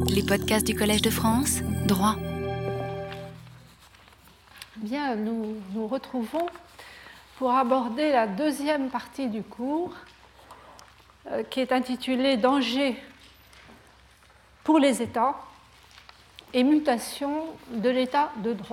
Les podcasts du Collège de France, droit. Bien, nous nous retrouvons pour aborder la deuxième partie du cours qui est intitulée « Danger pour les États et mutation de l'État de droit ».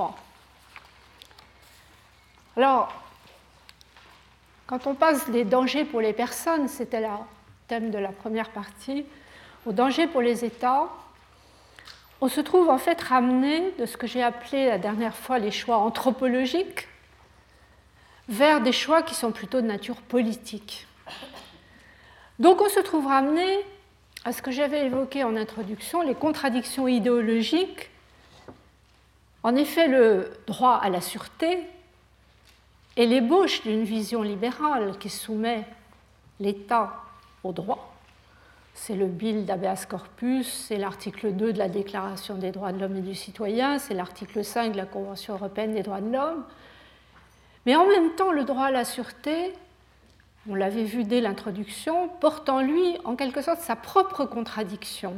Alors, quand on passe des dangers pour les personnes, c'était le thème de la première partie, aux dangers pour les États, on se trouve en fait ramené de ce que j'ai appelé la dernière fois les choix anthropologiques vers des choix qui sont plutôt de nature politique. Donc on se trouve ramené à ce que j'avais évoqué en introduction, les contradictions idéologiques. En effet, le droit à la sûreté est l'ébauche d'une vision libérale qui soumet l'État au droit. C'est le Bill d'Habeas Corpus, c'est l'article 2 de la Déclaration des droits de l'homme et du citoyen, c'est l'article 5 de la Convention européenne des droits de l'homme. Mais en même temps, le droit à la sûreté, on l'avait vu dès l'introduction, porte en lui en quelque sorte sa propre contradiction.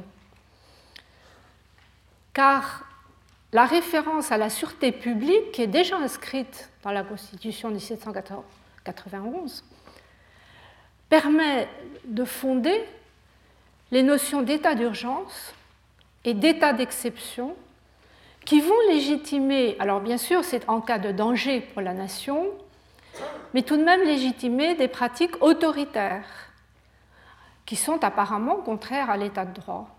Car la référence à la sûreté publique, qui est déjà inscrite dans la Constitution de 1791, permet de fonder les notions d'état d'urgence et d'état d'exception qui vont légitimer, alors bien sûr c'est en cas de danger pour la nation, mais tout de même légitimer des pratiques autoritaires qui sont apparemment contraires à l'état de droit.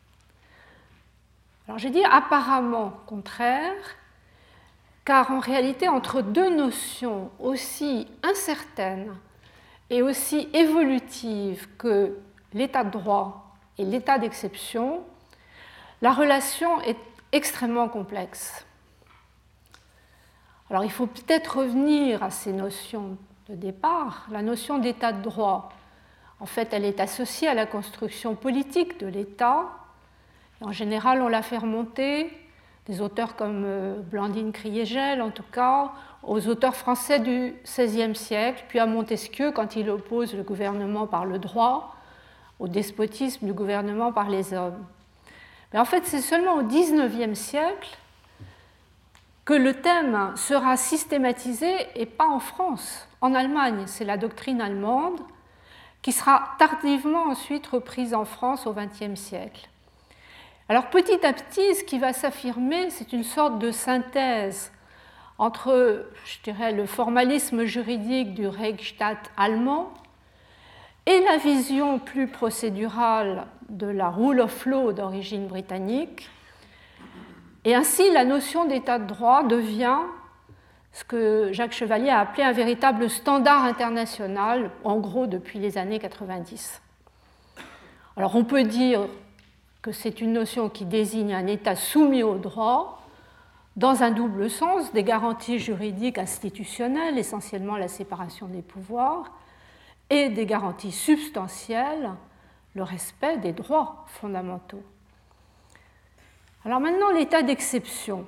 Alors j'ai dit apparemment contraires, car en réalité entre deux notions aussi incertaines et aussi évolutives que l'état de droit et l'état d'exception, la relation est extrêmement complexe. Alors il faut peut-être revenir à ces notions de départ. La notion d'état de droit, en fait, elle est associée à la construction politique de l'État. En général, on la fait remonter, des auteurs comme Blandine Kriégel, en tout cas, aux auteurs français du XVIe siècle, puis à Montesquieu quand il oppose le gouvernement par le droit au despotisme du gouvernement par les hommes. Mais en fait, c'est seulement au XIXe siècle que le thème sera systématisé, et pas en France. En Allemagne, c'est la doctrine allemande qui sera tardivement ensuite reprise en France au XXe siècle. Alors petit à petit, ce qui va s'affirmer, c'est une sorte de synthèse entre, je dirais, le formalisme juridique du Reichsstaat allemand et la vision plus procédurale de la rule of law d'origine britannique. Et ainsi, la notion d'état de droit devient ce que Jacques Chevalier a appelé un véritable standard international, en gros depuis les années 90. Alors on peut dire que c'est une notion qui désigne un État soumis au droit dans un double sens, des garanties juridiques institutionnelles, essentiellement la séparation des pouvoirs, et des garanties substantielles, le respect des droits fondamentaux. Alors maintenant, l'état d'exception.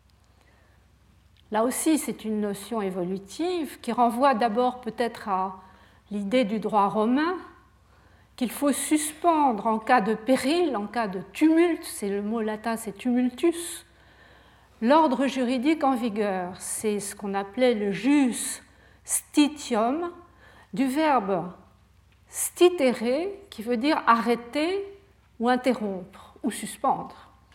Là aussi, c'est une notion évolutive qui renvoie d'abord peut-être à l'idée du droit romain, qu'il faut suspendre en cas de péril, en cas de tumulte, c'est le mot latin, c'est tumultus, l'ordre juridique en vigueur. C'est ce qu'on appelait le jus stitium, du verbe stitere, qui veut dire arrêter ou interrompre ou suspendre.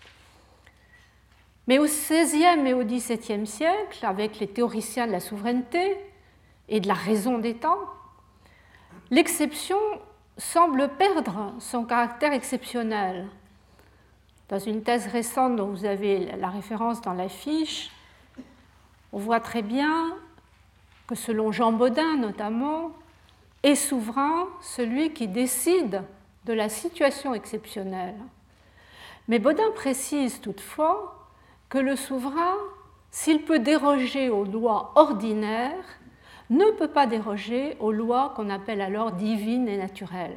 Mais au XVIe et au XVIIe siècle, avec les théoriciens de la souveraineté et de la raison d'État, l'exception semble perdre son caractère exceptionnel. Dans une thèse récente dont vous avez la référence dans la fiche, on voit très bien que selon Jean Bodin notamment, est souverain celui qui décide de la situation exceptionnelle. Mais Bodin précise toutefois que le souverain, s'il peut déroger aux lois ordinaires, ne peut pas déroger aux lois qu'on appelle alors divines et naturelles.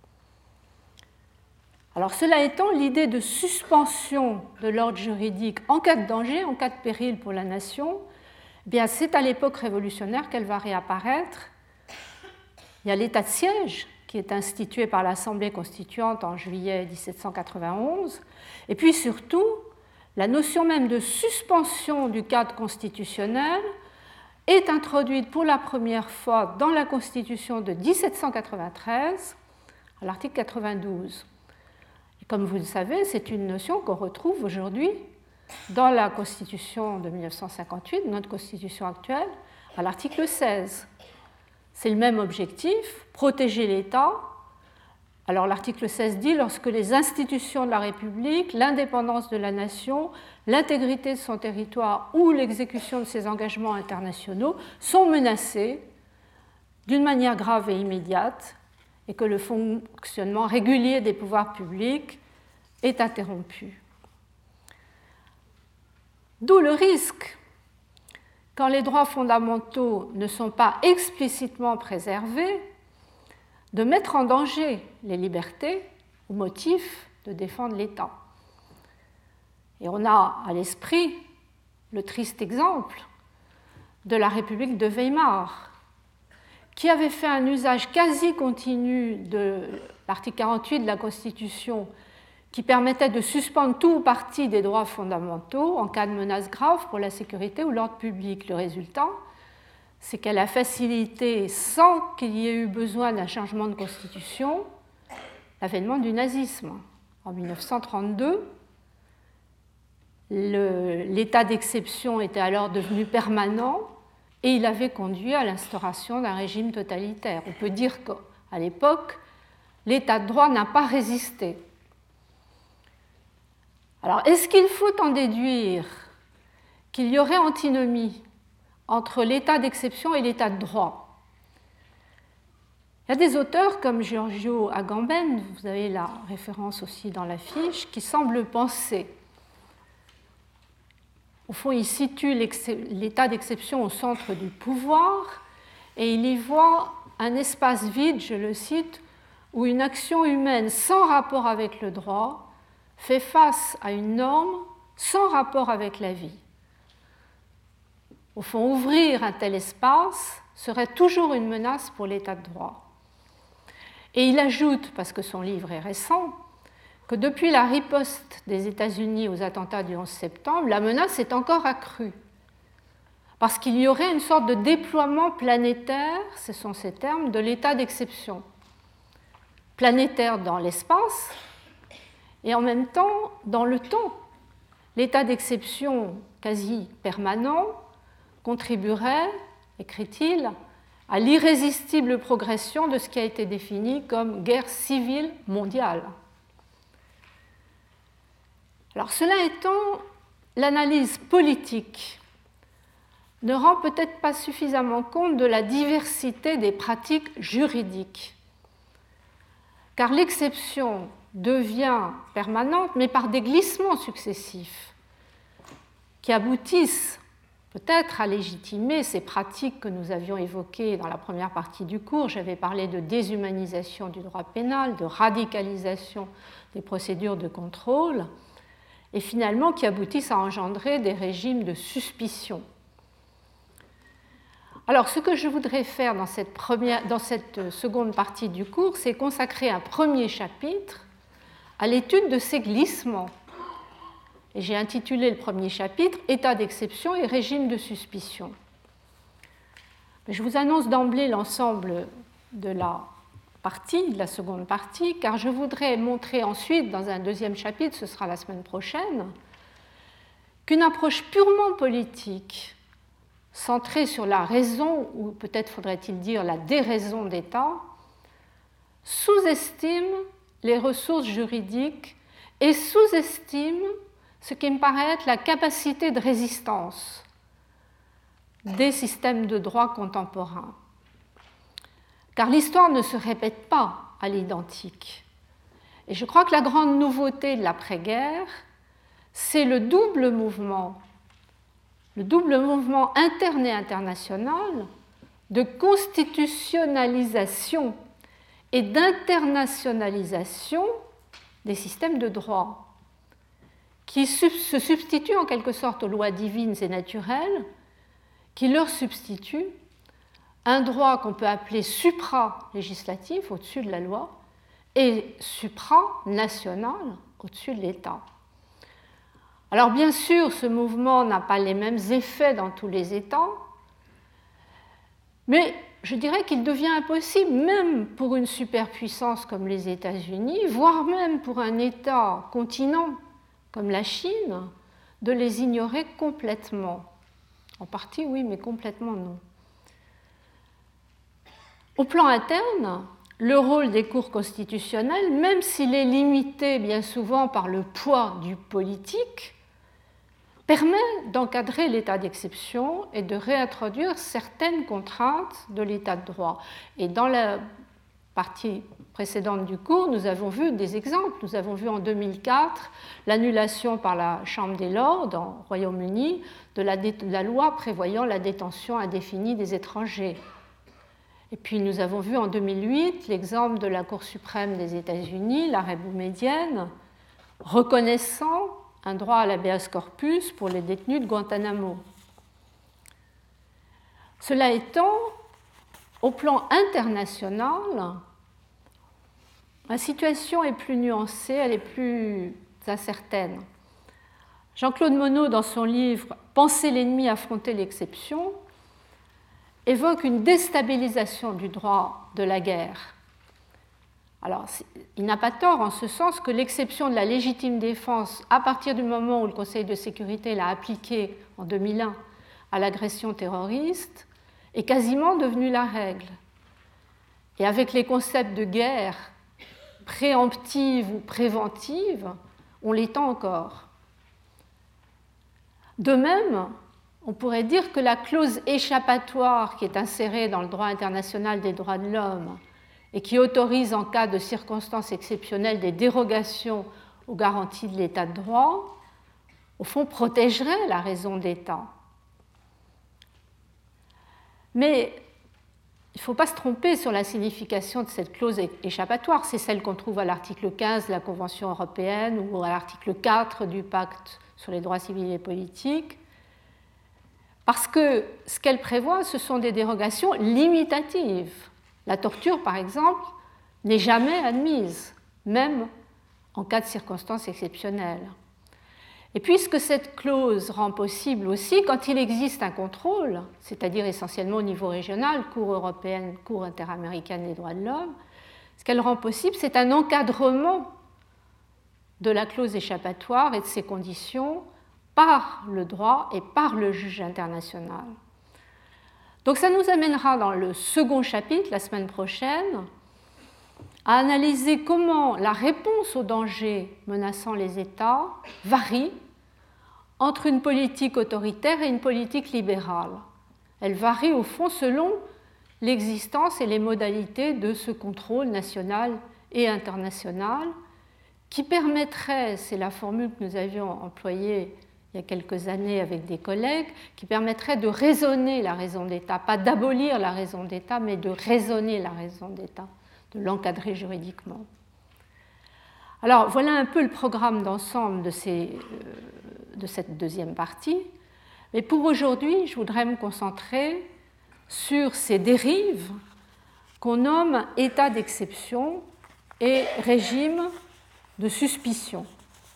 Alors cela étant, l'idée de suspension de l'ordre juridique en cas de danger, en cas de péril pour la nation, eh bien c'est à l'époque révolutionnaire qu'elle va réapparaître. Il y a l'état de siège qui est institué par l'Assemblée constituante en juillet 1791, et puis surtout la notion même de suspension du cadre constitutionnel est introduite pour la première fois dans la Constitution de 1793, à l'article 92. Et comme vous le savez, c'est une notion qu'on retrouve aujourd'hui dans la Constitution de 1958, notre Constitution actuelle, à l'article 16. C'est le même objectif, protéger l'État. Alors l'article 16 dit lorsque les institutions de la République, l'indépendance de la nation, l'intégrité de son territoire ou l'exécution de ses engagements internationaux sont menacées d'une manière grave et immédiate et que le fonctionnement régulier des pouvoirs publics est interrompu. D'où le risque, quand les droits fondamentaux ne sont pas explicitement préservés, de mettre en danger les libertés au motif de défendre l'État. Et on a à l'esprit le triste exemple de la République de Weimar, qui avait fait un usage quasi continu de l'article 48 de la Constitution qui permettait de suspendre tout ou partie des droits fondamentaux en cas de menace grave pour la sécurité ou l'ordre public. Le résultat, c'est qu'elle a facilité, sans qu'il y ait eu besoin d'un changement de constitution, l'avènement du nazisme. En 1932, l'état d'exception était alors devenu permanent et il avait conduit à l'instauration d'un régime totalitaire. On peut dire qu'à l'époque, l'état de droit n'a pas résisté. Alors, est-ce qu'il faut en déduire qu'il y aurait antinomie entre l'état d'exception et l'état de droit? Il y a des auteurs comme Giorgio Agamben, vous avez la référence aussi dans la fiche, qui semblent penser. Au fond, il situe l'état d'exception au centre du pouvoir et il y voit un espace vide, je le cite, où une action humaine sans rapport avec le droit fait face à une norme sans rapport avec la vie. Au fond, ouvrir un tel espace serait toujours une menace pour l'état de droit. Et il ajoute, parce que son livre est récent, que depuis la riposte des États-Unis aux attentats du 11 septembre, la menace est encore accrue. Parce qu'il y aurait une sorte de déploiement planétaire, ce sont ces termes, de l'état d'exception. Planétaire dans l'espace et en même temps dans le temps. L'état d'exception quasi permanent contribuerait, écrit-il, à l'irrésistible progression de ce qui a été défini comme guerre civile mondiale. Alors cela étant, l'analyse politique ne rend peut-être pas suffisamment compte de la diversité des pratiques juridiques, car l'exception devient permanente, mais par des glissements successifs qui aboutissent peut-être à légitimer ces pratiques que nous avions évoquées dans la première partie du cours. J'avais parlé de déshumanisation du droit pénal, de radicalisation des procédures de contrôle, et finalement qui aboutissent à engendrer des régimes de suspicion. Alors, ce que je voudrais faire dans cette seconde partie du cours, c'est consacrer un premier chapitre à l'étude de ces glissements. Et j'ai intitulé le premier chapitre « État d'exception et régime de suspicion ». Je vous annonce d'emblée l'ensemble de la seconde partie, car je voudrais montrer ensuite, dans un deuxième chapitre, ce sera la semaine prochaine, qu'une approche purement politique, centrée sur la raison, ou peut-être faudrait-il dire la déraison d'État, sous-estime les ressources juridiques et sous-estime ce qui me paraît être la capacité de résistance des systèmes de droit contemporains. Car l'histoire ne se répète pas à l'identique. Et je crois que la grande nouveauté de l'après-guerre, c'est le double mouvement interne et international de constitutionnalisation et d'internationalisation des systèmes de droit, qui se substituent en quelque sorte aux lois divines et naturelles, qui leur substituent un droit qu'on peut appeler supra-législatif, au-dessus de la loi, et supranational, au-dessus de l'État. Alors bien sûr, ce mouvement n'a pas les mêmes effets dans tous les États, mais je dirais qu'il devient impossible, même pour une superpuissance comme les États-Unis, voire même pour un État continent comme la Chine, de les ignorer complètement. En partie, oui, mais complètement non. Au plan interne, le rôle des cours constitutionnelles, même s'il est limité bien souvent par le poids du politique, permet d'encadrer l'état d'exception et de réintroduire certaines contraintes de l'état de droit. Et dans la partie précédente du cours, nous avons vu des exemples. Nous avons vu en 2004 l'annulation par la Chambre des Lords au Royaume-Uni de la loi prévoyant la détention indéfinie des étrangers. Et puis nous avons vu en 2008 l'exemple de la Cour suprême des États-Unis, l'arrêt Boumedienne, reconnaissant un droit à l'habeas corpus pour les détenus de Guantanamo. Cela étant, au plan international, la situation est plus nuancée, elle est plus incertaine. Jean-Claude Monod, dans son livre « Penser l'ennemi, affronter l'exception », évoque une déstabilisation du droit de la guerre. Alors, il n'a pas tort en ce sens que l'exception de la légitime défense, à partir du moment où le Conseil de sécurité l'a appliquée en 2001 à l'agression terroriste, est quasiment devenue la règle. Et avec les concepts de guerre préemptive ou préventive, on l'étend encore. De même, on pourrait dire que la clause échappatoire qui est insérée dans le droit international des droits de l'homme et qui autorise en cas de circonstances exceptionnelles des dérogations aux garanties de l'état de droit, au fond protégerait la raison d'État. Mais il ne faut pas se tromper sur la signification de cette clause échappatoire. C'est celle qu'on trouve à l'article 15 de la Convention européenne ou à l'article 4 du Pacte sur les droits civils et politiques. Parce que ce qu'elle prévoit, ce sont des dérogations limitatives. La torture, par exemple, n'est jamais admise, même en cas de circonstances exceptionnelles. Et puisque cette clause rend possible aussi, quand il existe un contrôle, c'est-à-dire essentiellement au niveau régional, Cour européenne, Cour interaméricaine des droits de l'homme, ce qu'elle rend possible, c'est un encadrement de la clause échappatoire et de ses conditions par le droit et par le juge international. Donc ça nous amènera dans le second chapitre, la semaine prochaine, à analyser comment la réponse aux dangers menaçant les États varie entre une politique autoritaire et une politique libérale. Elle varie au fond selon l'existence et les modalités de ce contrôle national et international qui permettrait, c'est la formule que nous avions employée il y a quelques années avec des collègues, qui permettrait de raisonner la raison d'État, pas d'abolir la raison d'État, mais de raisonner la raison d'État, de l'encadrer juridiquement. Alors voilà un peu le programme d'ensemble de cette deuxième partie. Mais pour aujourd'hui, je voudrais me concentrer sur ces dérives qu'on nomme état d'exception et régime de suspicion.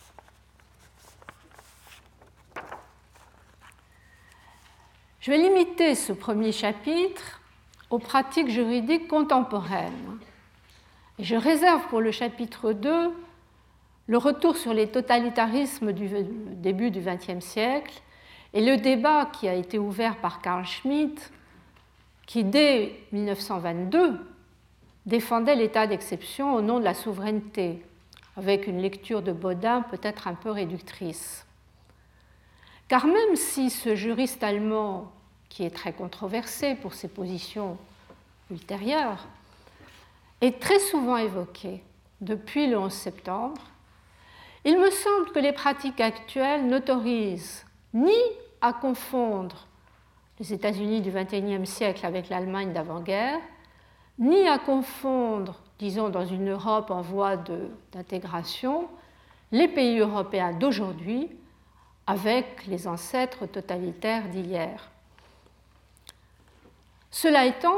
Je vais limiter ce premier chapitre aux pratiques juridiques contemporaines. Et je réserve pour le chapitre 2 le retour sur les totalitarismes du début du XXe siècle et le débat qui a été ouvert par Carl Schmitt, qui dès 1922 défendait l'état d'exception au nom de la souveraineté, avec une lecture de Baudin peut-être un peu réductrice. Car même si ce juriste allemand, qui est très controversé pour ses positions ultérieures, est très souvent évoqué depuis le 11 septembre, il me semble que les pratiques actuelles n'autorisent ni à confondre les États-Unis du XXIe siècle avec l'Allemagne d'avant-guerre, ni à confondre, disons, dans une Europe en voie d'intégration, les pays européens d'aujourd'hui avec les ancêtres totalitaires d'hier. Cela étant,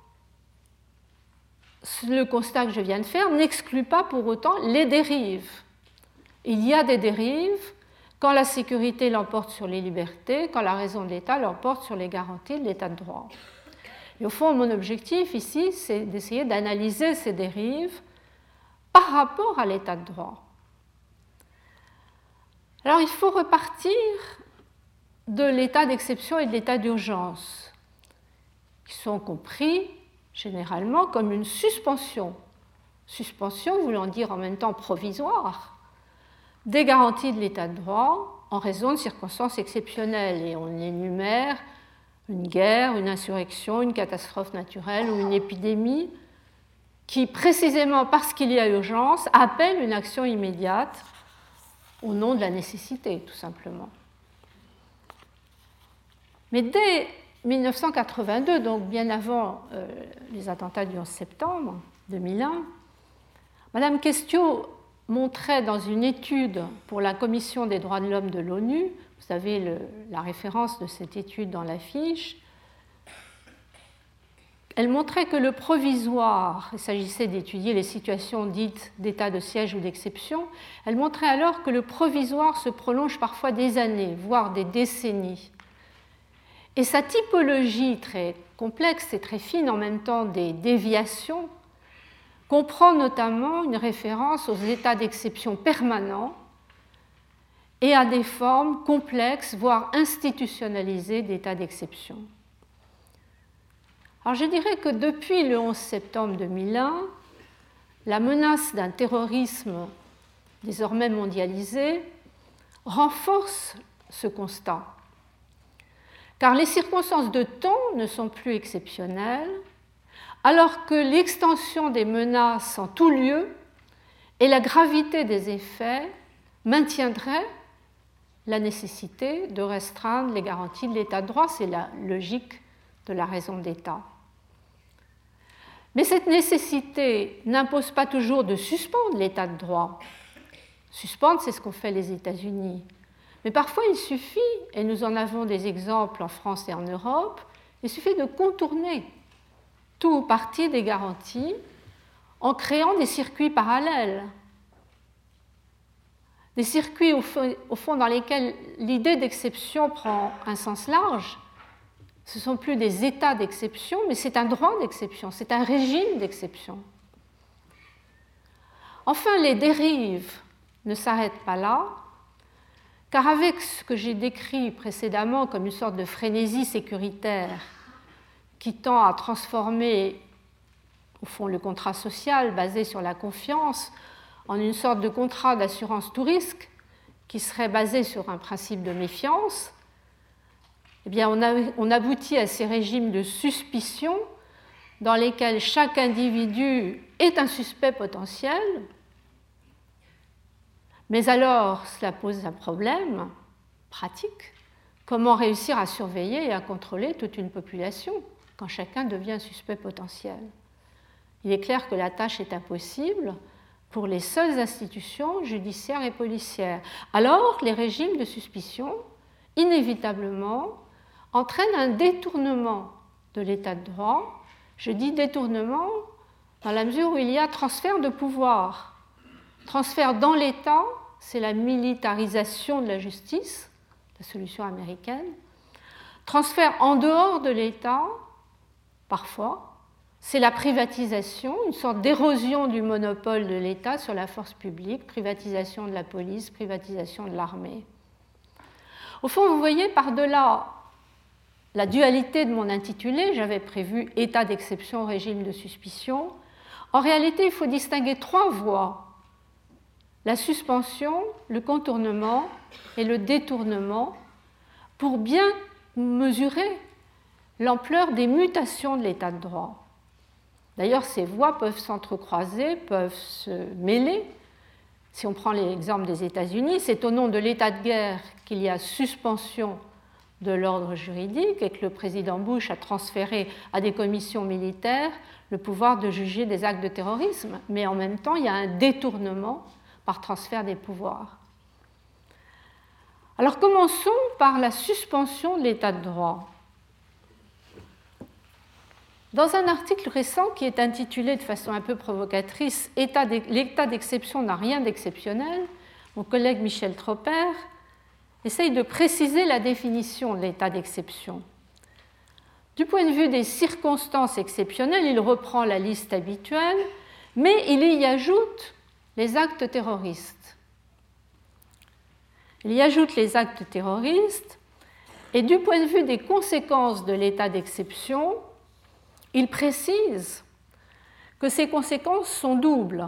le constat que je viens de faire n'exclut pas pour autant les dérives. Il y a des dérives quand la sécurité l'emporte sur les libertés, quand la raison de l'État l'emporte sur les garanties de l'État de droit. Et au fond, mon objectif ici, c'est d'essayer d'analyser ces dérives par rapport à l'État de droit. Alors, il faut repartir de l'état d'exception et de l'état d'urgence, qui sont compris généralement comme une suspension. Suspension voulant dire en même temps provisoire des garanties de l'état de droit en raison de circonstances exceptionnelles. Et on énumère une guerre, une insurrection, une catastrophe naturelle ou une épidémie qui, précisément parce qu'il y a urgence, appelle une action immédiate au nom de la nécessité, tout simplement. Mais dès 1982, donc bien avant les attentats du 11 septembre 2001, Mme Questiaux montrait dans une étude pour la Commission des droits de l'homme de l'ONU, vous avez la référence de cette étude dans la fiche, elle montrait que le provisoire, il s'agissait d'étudier les situations dites d'état de siège ou d'exception, elle montrait alors que le provisoire se prolonge parfois des années, voire des décennies. Et sa typologie très complexe et très fine en même temps des déviations comprend notamment une référence aux états d'exception permanents et à des formes complexes, voire institutionnalisées d'états d'exception. Alors je dirais que depuis le 11 septembre 2001, la menace d'un terrorisme désormais mondialisé renforce ce constat. Car les circonstances de temps ne sont plus exceptionnelles, alors que l'extension des menaces en tout lieu et la gravité des effets maintiendraient la nécessité de restreindre les garanties de l'état de droit. C'est la logique de la raison d'État. Mais cette nécessité n'impose pas toujours de suspendre l'état de droit. Suspendre, c'est ce qu'ont fait les États-Unis. Mais parfois, il suffit, et nous en avons des exemples en France et en Europe, il suffit de contourner tout ou partie des garanties en créant des circuits parallèles. Des circuits, au fond, dans lesquels l'idée d'exception prend un sens large. Ce ne sont plus des états d'exception, mais c'est un droit d'exception, c'est un régime d'exception. Enfin, les dérives ne s'arrêtent pas là, car avec ce que j'ai décrit précédemment comme une sorte de frénésie sécuritaire qui tend à transformer, au fond, le contrat social basé sur la confiance en une sorte de contrat d'assurance tout risque qui serait basé sur un principe de méfiance, eh bien, on aboutit à ces régimes de suspicion dans lesquels chaque individu est un suspect potentiel. Mais alors, cela pose un problème pratique. Comment réussir à surveiller et à contrôler toute une population quand chacun devient suspect potentiel? Il est clair que la tâche est impossible pour les seules institutions judiciaires et policières. Alors, les régimes de suspicion, inévitablement, entraînent un détournement de l'état de droit. Je dis détournement dans la mesure où il y a transfert de pouvoir. Transfert dans l'État, c'est la militarisation de la justice, la solution américaine. Transfert en dehors de l'État, parfois, c'est la privatisation, une sorte d'érosion du monopole de l'État sur la force publique, privatisation de la police, privatisation de l'armée. Au fond, vous voyez, par-delà la dualité de mon intitulé, j'avais prévu état d'exception, régime de suspicion. En réalité, il faut distinguer trois voies: la suspension, le contournement et le détournement, pour bien mesurer l'ampleur des mutations de l'état de droit. D'ailleurs, ces voies peuvent s'entrecroiser, peuvent se mêler. Si on prend l'exemple des États-Unis, c'est au nom de l'état de guerre qu'il y a suspension de l'ordre juridique et que le président Bush a transféré à des commissions militaires le pouvoir de juger des actes de terrorisme. Mais en même temps, il y a un détournement par transfert des pouvoirs. Alors commençons par la suspension de l'état de droit. Dans un article récent qui est intitulé de façon un peu provocatrice « L'état d'exception n'a rien d'exceptionnel », mon collègue Michel Tropper essaye de préciser la définition de l'état d'exception. Du point de vue des circonstances exceptionnelles, il reprend la liste habituelle, mais il y ajoute les actes terroristes. Il y ajoute les actes terroristes, et du point de vue des conséquences de l'état d'exception, il précise que ces conséquences sont doubles,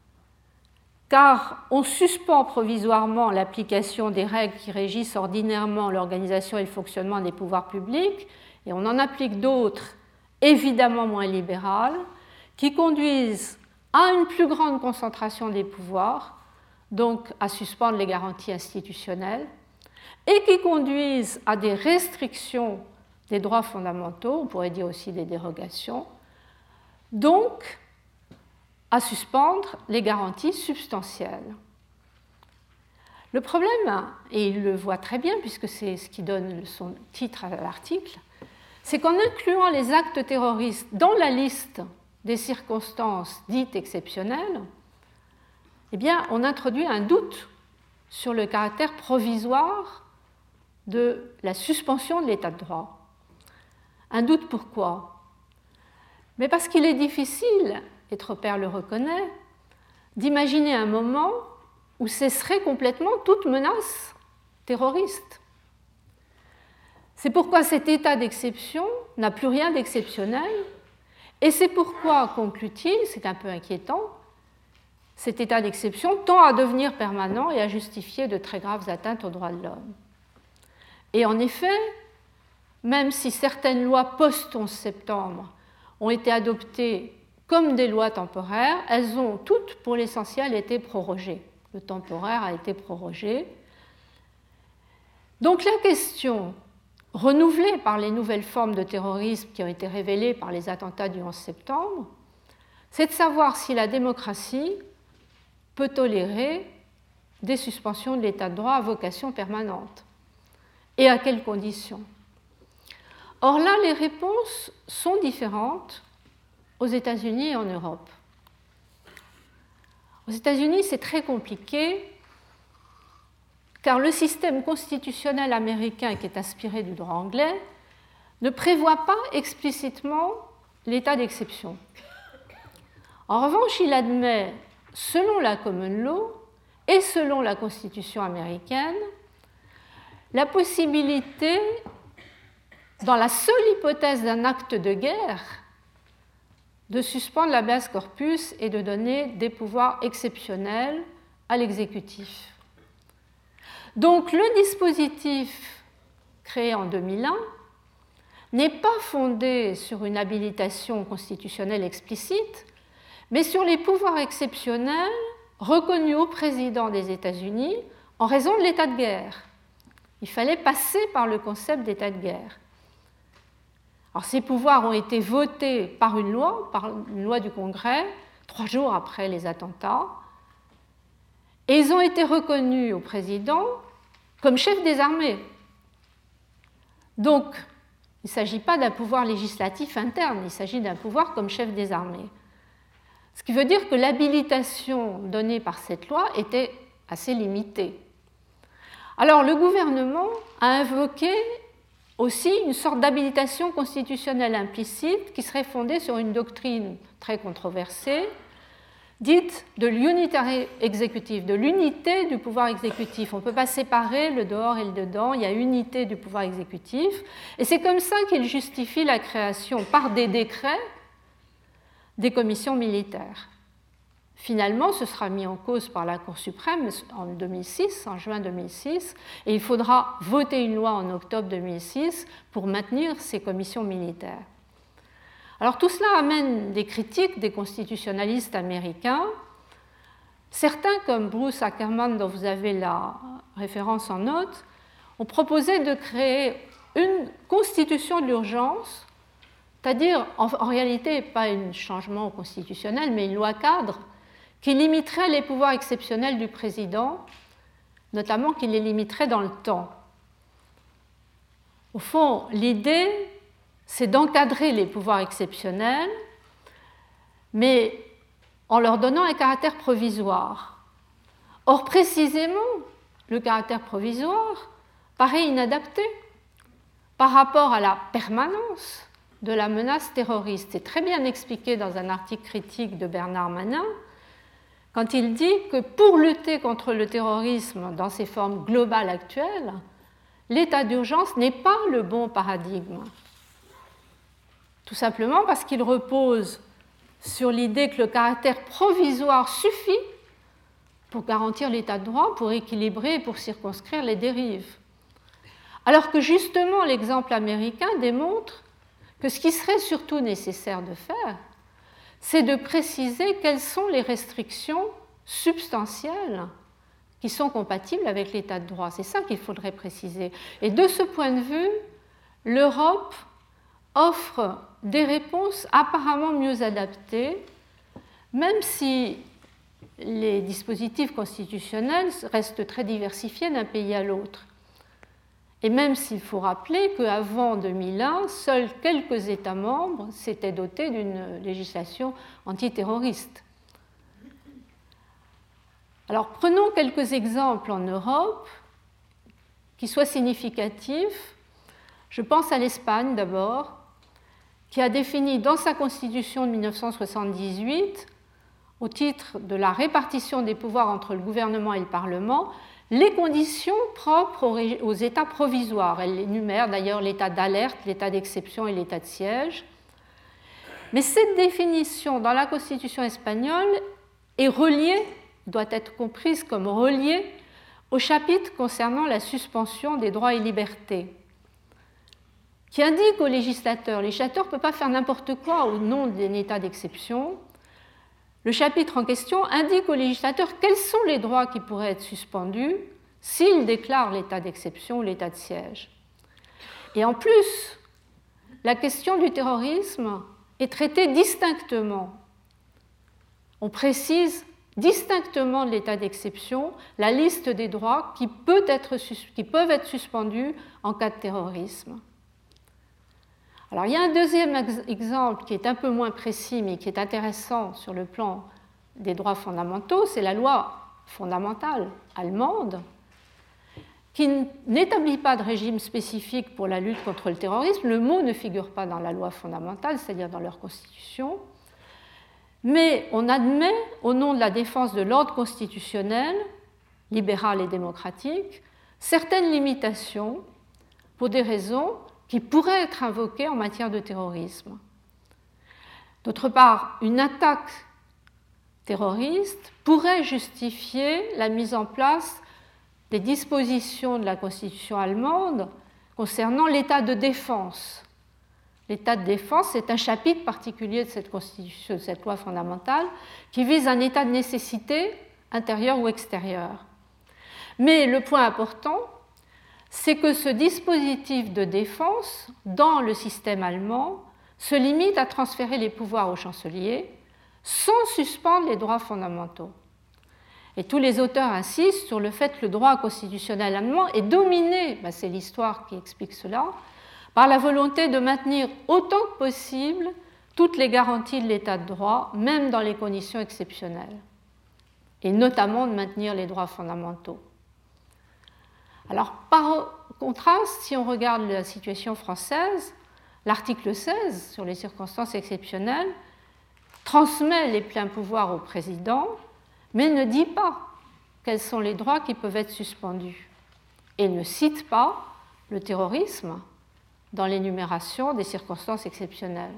car on suspend provisoirement l'application des règles qui régissent ordinairement l'organisation et le fonctionnement des pouvoirs publics, et on en applique d'autres, évidemment moins libérales, qui conduisent à une plus grande concentration des pouvoirs, donc à suspendre les garanties institutionnelles, et qui conduisent à des restrictions des droits fondamentaux, on pourrait dire aussi des dérogations, donc à suspendre les garanties substantielles. Le problème, et il le voit très bien puisque c'est ce qui donne son titre à l'article, c'est qu'en incluant les actes terroristes dans la liste des circonstances dites exceptionnelles, eh bien, on introduit un doute sur le caractère provisoire de la suspension de l'état de droit. Un doute pourquoi? Mais parce qu'il est difficile, et Tropper le reconnaît, d'imaginer un moment où cesserait complètement toute menace terroriste. C'est pourquoi cet état d'exception n'a plus rien d'exceptionnel, et c'est pourquoi, conclut-il, c'est un peu inquiétant, cet état d'exception tend à devenir permanent et à justifier de très graves atteintes aux droits de l'homme. Et en effet, même si certaines lois post-11 septembre ont été adoptées comme des lois temporaires, elles ont toutes, pour l'essentiel, été prorogées. Le temporaire a été prorogé. Donc la question, renouvelée par les nouvelles formes de terrorisme qui ont été révélées par les attentats du 11 septembre, c'est de savoir si la démocratie peut tolérer des suspensions de l'état de droit à vocation permanente et à quelles conditions. Or là, les réponses sont différentes aux États-Unis et en Europe. Aux États-Unis, c'est très compliqué car le système constitutionnel américain, qui est inspiré du droit anglais, ne prévoit pas explicitement l'état d'exception. En revanche, il admet, selon la common law et selon la Constitution américaine, la possibilité, dans la seule hypothèse d'un acte de guerre, de suspendre l'habeas corpus et de donner des pouvoirs exceptionnels à l'exécutif. Donc le dispositif créé en 2001 n'est pas fondé sur une habilitation constitutionnelle explicite, mais sur les pouvoirs exceptionnels reconnus au président des États-Unis en raison de l'état de guerre. Il fallait passer par le concept d'état de guerre. Alors, ces pouvoirs ont été votés par une loi du Congrès, 3 jours après les attentats, et ils ont été reconnus au président comme chef des armées. Donc, il ne s'agit pas d'un pouvoir législatif interne, il s'agit d'un pouvoir comme chef des armées. Ce qui veut dire que l'habilitation donnée par cette loi était assez limitée. Alors, le gouvernement a invoqué aussi une sorte d'habilitation constitutionnelle implicite qui serait fondée sur une doctrine très controversée, dite de l'unitary executive, de l'unité du pouvoir exécutif. On ne peut pas séparer le dehors et le dedans, il y a unité du pouvoir exécutif. Et c'est comme ça qu'il justifie la création par des décrets des commissions militaires. Finalement, ce sera mis en cause par la Cour suprême en 2006, en juin 2006, et il faudra voter une loi en octobre 2006 pour maintenir ces commissions militaires. Alors tout cela amène des critiques des constitutionnalistes américains. Certains, comme Bruce Ackerman, dont vous avez la référence en note, ont proposé de créer une constitution de l'urgence, c'est-à-dire en réalité pas un changement constitutionnel, mais une loi cadre qui limiterait les pouvoirs exceptionnels du président, notamment qui les limiterait dans le temps. Au fond, l'idée, c'est d'encadrer les pouvoirs exceptionnels, mais en leur donnant un caractère provisoire. Or, précisément, le caractère provisoire paraît inadapté par rapport à la permanence de la menace terroriste. C'est très bien expliqué dans un article critique de Bernard Manin, quand il dit que pour lutter contre le terrorisme dans ses formes globales actuelles, l'état d'urgence n'est pas le bon paradigme. Tout simplement parce qu'il repose sur l'idée que le caractère provisoire suffit pour garantir l'état de droit, pour équilibrer et pour circonscrire les dérives. Alors que justement l'exemple américain démontre que ce qui serait surtout nécessaire de faire, c'est de préciser quelles sont les restrictions substantielles qui sont compatibles avec l'état de droit. C'est ça qu'il faudrait préciser. Et de ce point de vue, l'Europe offre des réponses apparemment mieux adaptées, même si les dispositifs constitutionnels restent très diversifiés d'un pays à l'autre. Et même s'il faut rappeler qu'avant 2001, seuls quelques États membres s'étaient dotés d'une législation antiterroriste. Alors prenons quelques exemples en Europe qui soient significatifs. Je pense à l'Espagne d'abord, qui a défini dans sa constitution de 1978, au titre de la répartition des pouvoirs entre le gouvernement et le Parlement, les conditions propres aux états provisoires. Elle énumère d'ailleurs l'état d'alerte, l'état d'exception et l'état de siège. Mais cette définition dans la Constitution espagnole est reliée, doit être comprise comme reliée au chapitre concernant la suspension des droits et libertés, qui indique au législateur ne peut pas faire n'importe quoi au nom d'un état d'exception. Le chapitre en question indique au législateur quels sont les droits qui pourraient être suspendus s'il déclare l'état d'exception ou l'état de siège. Et en plus, la question du terrorisme est traitée distinctement. On précise distinctement de l'état d'exception la liste des droits qui peuvent être suspendus en cas de terrorisme. Alors, il y a un deuxième exemple qui est un peu moins précis, mais qui est intéressant sur le plan des droits fondamentaux, c'est la loi fondamentale allemande, qui n'établit pas de régime spécifique pour la lutte contre le terrorisme. Le mot ne figure pas dans la loi fondamentale, c'est-à-dire dans leur constitution, mais on admet, au nom de la défense de l'ordre constitutionnel, libéral et démocratique, certaines limitations pour des raisons qui pourraient être invoquées en matière de terrorisme. D'autre part, une attaque terroriste pourrait justifier la mise en place des dispositions de la Constitution allemande concernant l'état de défense. L'état de défense, c'est un chapitre particulier de cette Constitution, de cette loi fondamentale, qui vise un état de nécessité intérieure ou extérieure. Mais le point important, c'est que ce dispositif de défense, dans le système allemand, se limite à transférer les pouvoirs au chancelier sans suspendre les droits fondamentaux. Et tous les auteurs insistent sur le fait que le droit constitutionnel allemand est dominé, c'est l'histoire qui explique cela, par la volonté de maintenir autant que possible toutes les garanties de l'état de droit, même dans les conditions exceptionnelles, et notamment de maintenir les droits fondamentaux. Alors, par contraste, si on regarde la situation française, l'article 16 sur les circonstances exceptionnelles transmet les pleins pouvoirs au président, mais ne dit pas quels sont les droits qui peuvent être suspendus et ne cite pas le terrorisme dans l'énumération des circonstances exceptionnelles.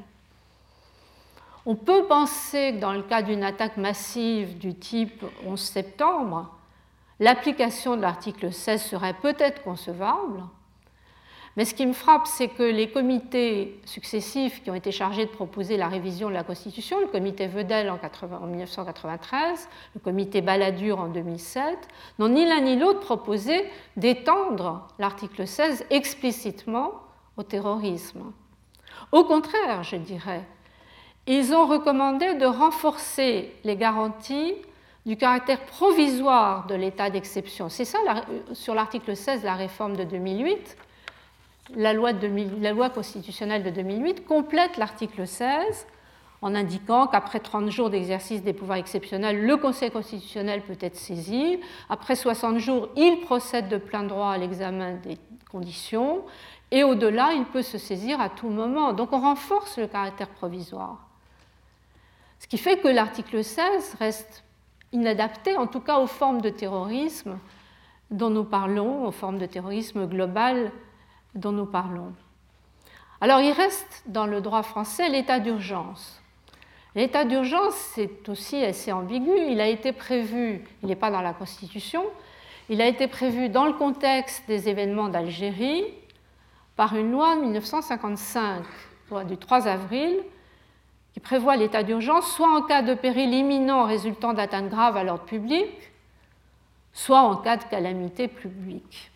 On peut penser que dans le cas d'une attaque massive du type 11 septembre, l'application de l'article 16 serait peut-être concevable, mais ce qui me frappe, c'est que les comités successifs qui ont été chargés de proposer la révision de la Constitution, le comité Vedel en 1993, le comité Balladur en 2007, n'ont ni l'un ni l'autre proposé d'étendre l'article 16 explicitement au terrorisme. Au contraire, je dirais, ils ont recommandé de renforcer les garanties du caractère provisoire de l'état d'exception. C'est ça, sur l'article 16, la réforme de 2008, la loi constitutionnelle de 2008 complète l'article 16 en indiquant qu'après 30 jours d'exercice des pouvoirs exceptionnels, le Conseil constitutionnel peut être saisi. Après 60 jours, il procède de plein droit à l'examen des conditions. Et au-delà, il peut se saisir à tout moment. Donc on renforce le caractère provisoire. Ce qui fait que l'article 16 reste inadapté, en tout cas aux formes de terrorisme dont nous parlons, aux formes de terrorisme global dont nous parlons. Alors il reste dans le droit français l'état d'urgence. L'état d'urgence, c'est aussi assez ambigu. Il a été prévu, il n'est pas dans la Constitution, il a été prévu dans le contexte des événements d'Algérie par une loi de 1955, loi du 3 avril, qui prévoit l'état d'urgence soit en cas de péril imminent résultant d'atteintes graves à l'ordre public, soit en cas de calamité publique.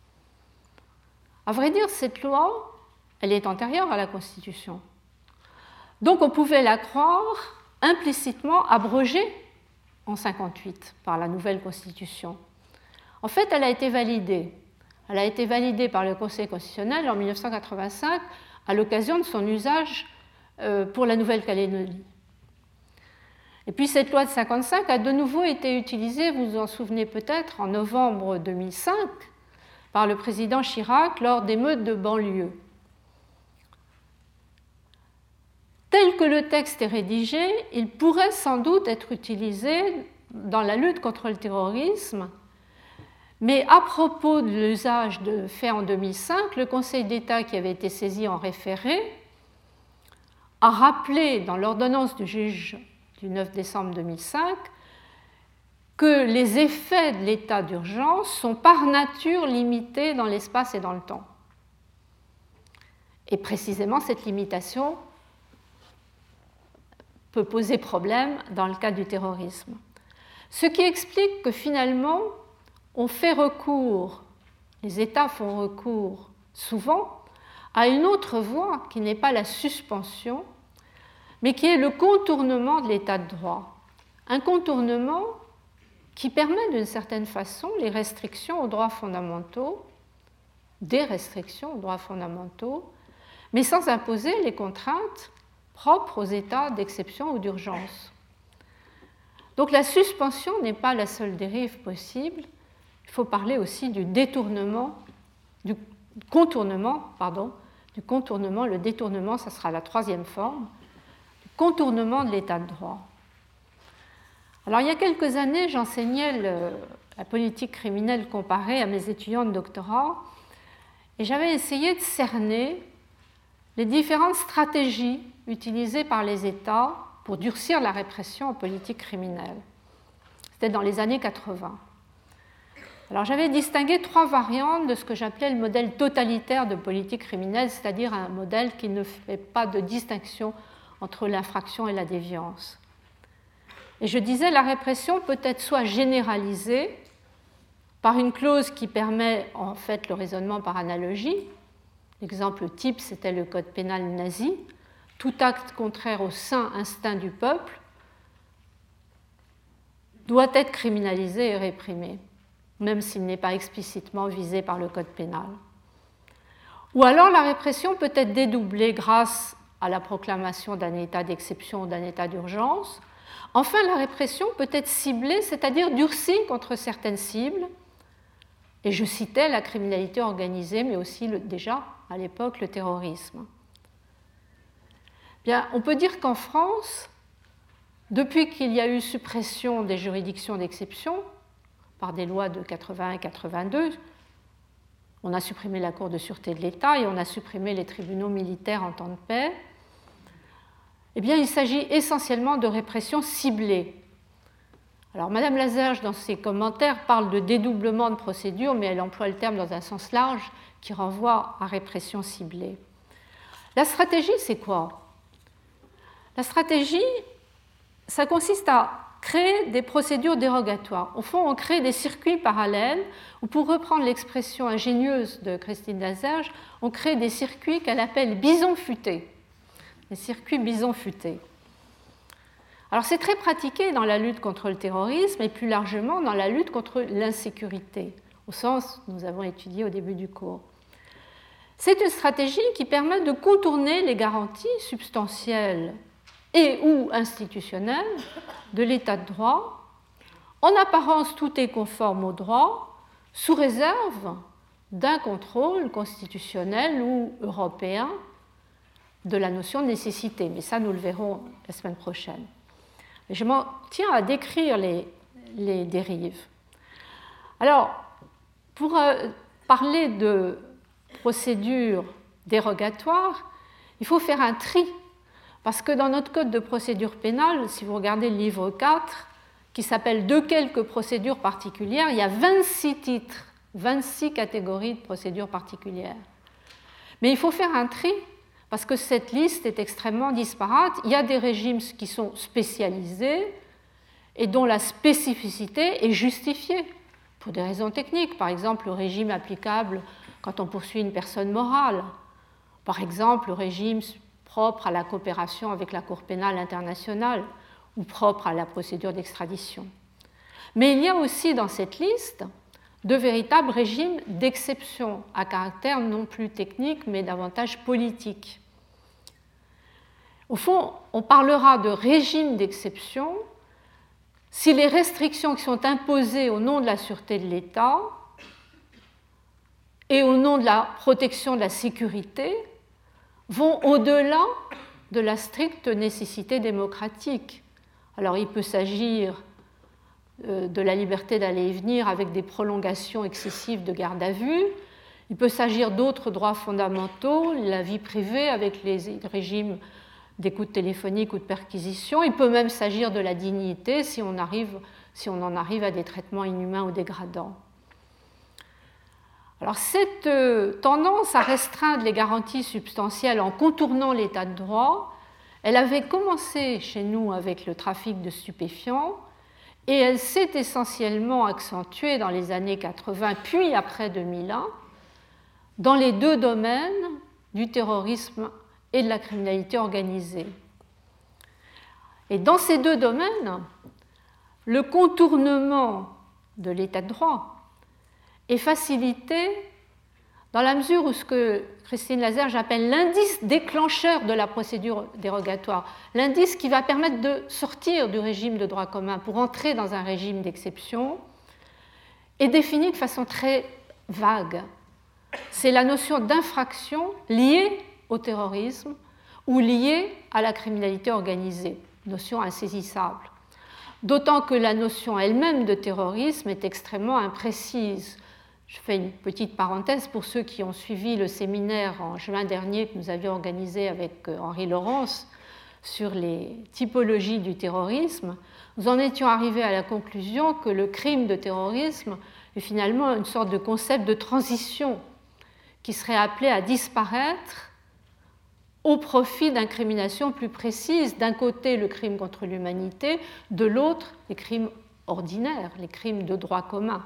À vrai dire, cette loi, elle est antérieure à la Constitution. Donc on pouvait la croire implicitement abrogée en 1958 par la nouvelle Constitution. En fait, elle a été validée. Elle a été validée par le Conseil constitutionnel en 1985 à l'occasion de son usage pour la Nouvelle-Calédonie. Et puis cette loi de 1955 a de nouveau été utilisée, vous vous en souvenez peut-être, en novembre 2005 par le président Chirac lors d'émeutes de banlieue. Tel que le texte est rédigé, il pourrait sans doute être utilisé dans la lutte contre le terrorisme, mais à propos de l'usage fait en 2005, le Conseil d'État qui avait été saisi en référé a rappelé dans l'ordonnance du juge du 9 décembre 2005 que les effets de l'état d'urgence sont par nature limités dans l'espace et dans le temps. Et précisément, cette limitation peut poser problème dans le cas du terrorisme. Ce qui explique que finalement, on fait recours, les États font recours souvent à une autre voie qui n'est pas la suspension, mais qui est le contournement de l'état de droit. Un contournement qui permet d'une certaine façon les restrictions aux droits fondamentaux, des restrictions aux droits fondamentaux, mais sans imposer les contraintes propres aux états d'exception ou d'urgence. Donc la suspension n'est pas la seule dérive possible. Il faut parler aussi du contournement. Le détournement, ça sera la troisième forme, du contournement de l'état de droit. Alors il y a quelques années, j'enseignais la politique criminelle comparée à mes étudiants de doctorat et j'avais essayé de cerner les différentes stratégies utilisées par les États pour durcir la répression en politique criminelle. C'était dans les années 80. Alors j'avais distingué 3 variantes de ce que j'appelais le modèle totalitaire de politique criminelle, c'est-à-dire un modèle qui ne fait pas de distinction entre l'infraction et la déviance. Et je disais la répression peut être soit généralisée par une clause qui permet en fait le raisonnement par analogie. L'exemple type, c'était le code pénal nazi. Tout acte contraire au saint instinct du peuple doit être criminalisé et réprimé, même s'il n'est pas explicitement visé par le code pénal. Ou alors la répression peut être dédoublée grâce à la proclamation d'un état d'exception ou d'un état d'urgence. Enfin, la répression peut être ciblée, c'est-à-dire durcie contre certaines cibles. Et je citais la criminalité organisée, mais aussi déjà à l'époque le terrorisme. Bien, on peut dire qu'en France, depuis qu'il y a eu suppression des juridictions d'exception par des lois de 81 et 82, on a supprimé la Cour de sûreté de l'État et on a supprimé les tribunaux militaires en temps de paix. Eh bien, il s'agit essentiellement de répression ciblée. Alors, Madame Lazerge, dans ses commentaires, parle de dédoublement de procédure, mais elle emploie le terme dans un sens large qui renvoie à répression ciblée. La stratégie, c'est quoi ? La stratégie, ça consiste à créer des procédures dérogatoires. Au fond, on crée des circuits parallèles, ou pour reprendre l'expression ingénieuse de Christine Lazerge, on crée des circuits qu'elle appelle bison futés. Les circuits bison futés. Alors c'est très pratiqué dans la lutte contre le terrorisme et plus largement dans la lutte contre l'insécurité, au sens que nous avons étudié au début du cours. C'est une stratégie qui permet de contourner les garanties substantielles et ou institutionnelles de l'état de droit. En apparence, tout est conforme au droit, sous réserve d'un contrôle constitutionnel ou européen de la notion de nécessité. Mais ça, nous le verrons la semaine prochaine. Je m'en tiens à décrire les dérives. Alors, pour parler de procédure dérogatoire, il faut faire un tri, parce que dans notre code de procédure pénale, si vous regardez le livre 4, qui s'appelle « De quelques procédures particulières », il y a 26 titres, 26 catégories de procédures particulières. Mais il faut faire un tri, parce que cette liste est extrêmement disparate. Il y a des régimes qui sont spécialisés et dont la spécificité est justifiée pour des raisons techniques. Par exemple, le régime applicable quand on poursuit une personne morale. Par exemple, le régime propre à la coopération avec la Cour pénale internationale ou propre à la procédure d'extradition. Mais il y a aussi dans cette liste de véritables régimes d'exception à caractère non plus technique mais davantage politique. Au fond, on parlera de régime d'exception si les restrictions qui sont imposées au nom de la sûreté de l'État et au nom de la protection de la sécurité vont au-delà de la stricte nécessité démocratique. Alors il peut s'agir de la liberté d'aller et venir avec des prolongations excessives de garde à vue, il peut s'agir d'autres droits fondamentaux, la vie privée avec les régimes d'écoute téléphonique ou de perquisition, il peut même s'agir de la dignité si on en arrive à des traitements inhumains ou dégradants. Alors cette tendance à restreindre les garanties substantielles en contournant l'état de droit, elle avait commencé chez nous avec le trafic de stupéfiants et elle s'est essentiellement accentuée dans les années 80 puis après 2001 dans les deux domaines du terrorisme et de la criminalité organisée. Et dans ces deux domaines, le contournement de l'état de droit est facilité dans la mesure où ce que Christine Lazerge appelle l'indice déclencheur de la procédure dérogatoire, l'indice qui va permettre de sortir du régime de droit commun pour entrer dans un régime d'exception, est défini de façon très vague. C'est la notion d'infraction liée au terrorisme ou liée à la criminalité organisée, notion insaisissable. D'autant que la notion elle-même de terrorisme est extrêmement imprécise. Je fais une petite parenthèse pour ceux qui ont suivi le séminaire en juin dernier que nous avions organisé avec Henri Laurence sur les typologies du terrorisme. Nous en étions arrivés à la conclusion que le crime de terrorisme est finalement une sorte de concept de transition qui serait appelé à disparaître au profit d'incriminations plus précises. D'un côté, le crime contre l'humanité, de l'autre, les crimes ordinaires, les crimes de droit commun.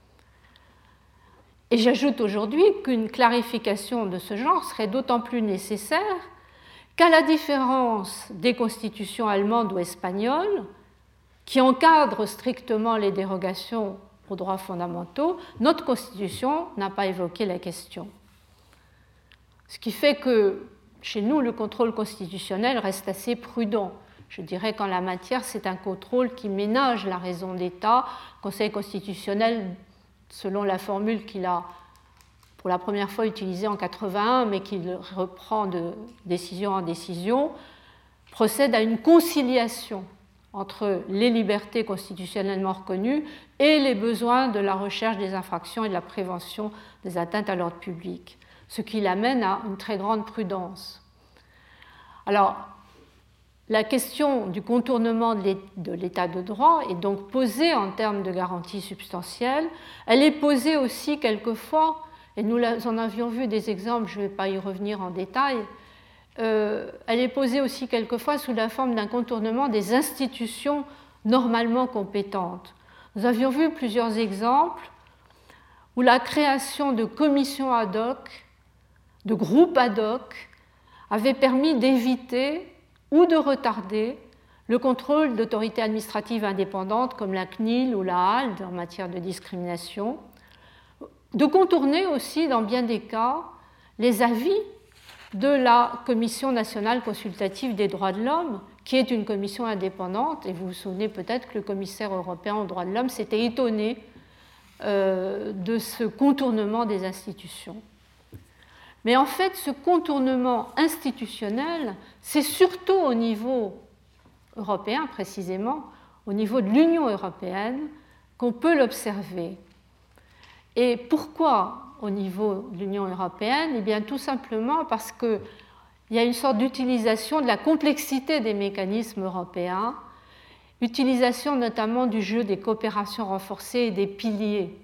Et j'ajoute aujourd'hui qu'une clarification de ce genre serait d'autant plus nécessaire qu'à la différence des constitutions allemandes ou espagnoles, qui encadrent strictement les dérogations aux droits fondamentaux, notre constitution n'a pas évoqué la question. Ce qui fait que chez nous, le contrôle constitutionnel reste assez prudent. Je dirais qu'en la matière, c'est un contrôle qui ménage la raison d'État. Le Conseil constitutionnel, selon la formule qu'il a pour la première fois utilisée en 1981, mais qu'il reprend de décision en décision, procède à une conciliation entre les libertés constitutionnellement reconnues et les besoins de la recherche des infractions et de la prévention des atteintes à l'ordre public, ce qui l'amène à une très grande prudence. Alors, la question du contournement de l'état de droit est donc posée en termes de garanties substantielles. Elle est posée aussi quelquefois, et nous en avions vu des exemples, je ne vais pas y revenir en détail, elle est posée aussi quelquefois sous la forme d'un contournement des institutions normalement compétentes. Nous avions vu plusieurs exemples où la création de commissions ad hoc, de groupes ad hoc, avait permis d'éviter ou de retarder le contrôle d'autorités administratives indépendantes comme la CNIL ou la HALD en matière de discrimination, de contourner aussi, dans bien des cas, les avis de la Commission nationale consultative des droits de l'homme, qui est une commission indépendante, et vous vous souvenez peut-être que le commissaire européen aux droits de l'homme s'était étonné de ce contournement des institutions. Mais en fait, ce contournement institutionnel, c'est surtout au niveau européen, précisément, au niveau de l'Union européenne, qu'on peut l'observer. Et pourquoi au niveau de l'Union européenne? Eh bien, tout simplement parce qu'il y a une sorte d'utilisation de la complexité des mécanismes européens, utilisation notamment du jeu des coopérations renforcées et des piliers.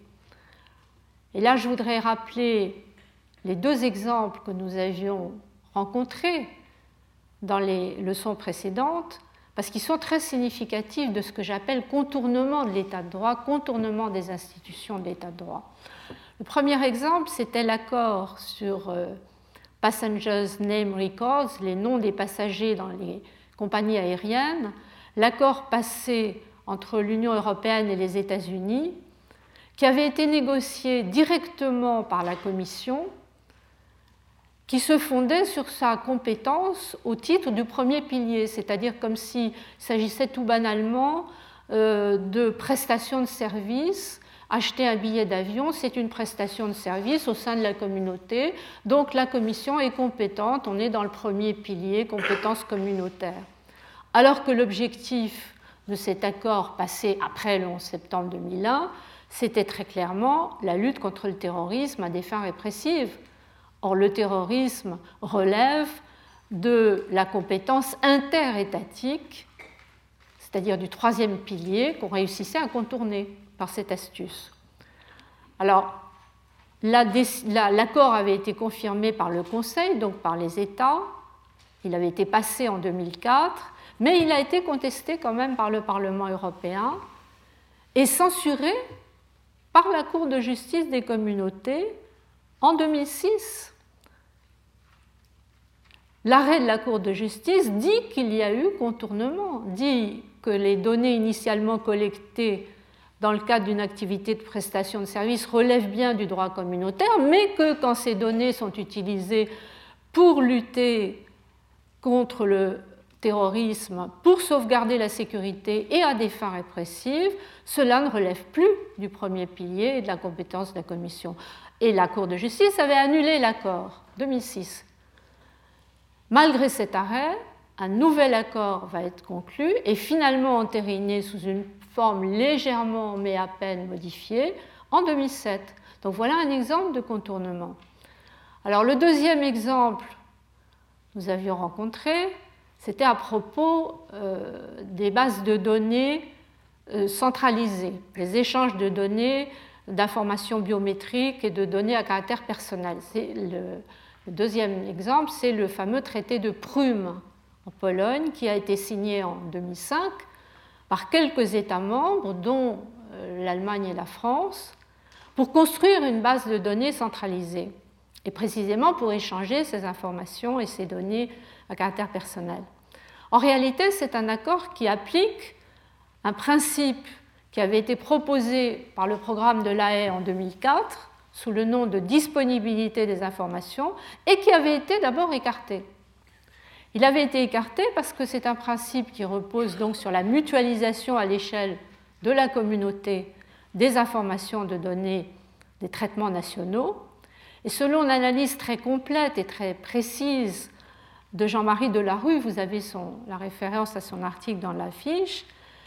Et là, je voudrais rappeler les deux exemples que nous avions rencontrés dans les leçons précédentes, parce qu'ils sont très significatifs de ce que j'appelle contournement de l'état de droit, contournement des institutions de l'état de droit. Le premier exemple, c'était l'accord sur Passengers Name Records, les noms des passagers dans les compagnies aériennes, l'accord passé entre l'Union européenne et les États-Unis, qui avait été négocié directement par la Commission, qui se fondait sur sa compétence au titre du premier pilier, c'est-à-dire comme s'il s'agissait tout banalement de prestations de services. Acheter un billet d'avion, c'est une prestation de service au sein de la communauté, donc la Commission est compétente, on est dans le premier pilier, compétence communautaire. Alors que l'objectif de cet accord passé après le 11 septembre 2001, c'était très clairement la lutte contre le terrorisme à des fins répressives. Or, le terrorisme relève de la compétence interétatique, c'est-à-dire du troisième pilier qu'on réussissait à contourner par cette astuce. Alors, l'accord avait été confirmé par le Conseil, donc par les États. Il avait été passé en 2004, mais il a été contesté quand même par le Parlement européen et censuré par la Cour de justice des communautés en 2006. L'arrêt de la Cour de justice dit qu'il y a eu contournement, dit que les données initialement collectées dans le cadre d'une activité de prestation de service relèvent bien du droit communautaire, mais que quand ces données sont utilisées pour lutter contre le terrorisme, pour sauvegarder la sécurité et à des fins répressives, cela ne relève plus du premier pilier et de la compétence de la Commission. Et la Cour de justice avait annulé l'accord, 2006. Malgré cet arrêt, un nouvel accord va être conclu et finalement entériné sous une forme légèrement mais à peine modifiée en 2007. Donc voilà un exemple de contournement. Alors le deuxième exemple que nous avions rencontré, c'était à propos des bases de données centralisées, les échanges de données, d'informations biométriques et de données à caractère personnel. Le deuxième exemple, c'est le fameux traité de Prüm en Pologne qui a été signé en 2005 par quelques États membres, dont l'Allemagne et la France, pour construire une base de données centralisée, et précisément pour échanger ces informations et ces données à caractère personnel. En réalité, c'est un accord qui applique un principe qui avait été proposé par le programme de La Haye en 2004, sous le nom de disponibilité des informations, et qui avait été d'abord écarté. Il avait été écarté parce que c'est un principe qui repose donc sur la mutualisation à l'échelle de la communauté des informations de données des traitements nationaux. Et selon l'analyse très complète et très précise de Jean-Marie Delarue, vous avez la référence à son article dans la fiche,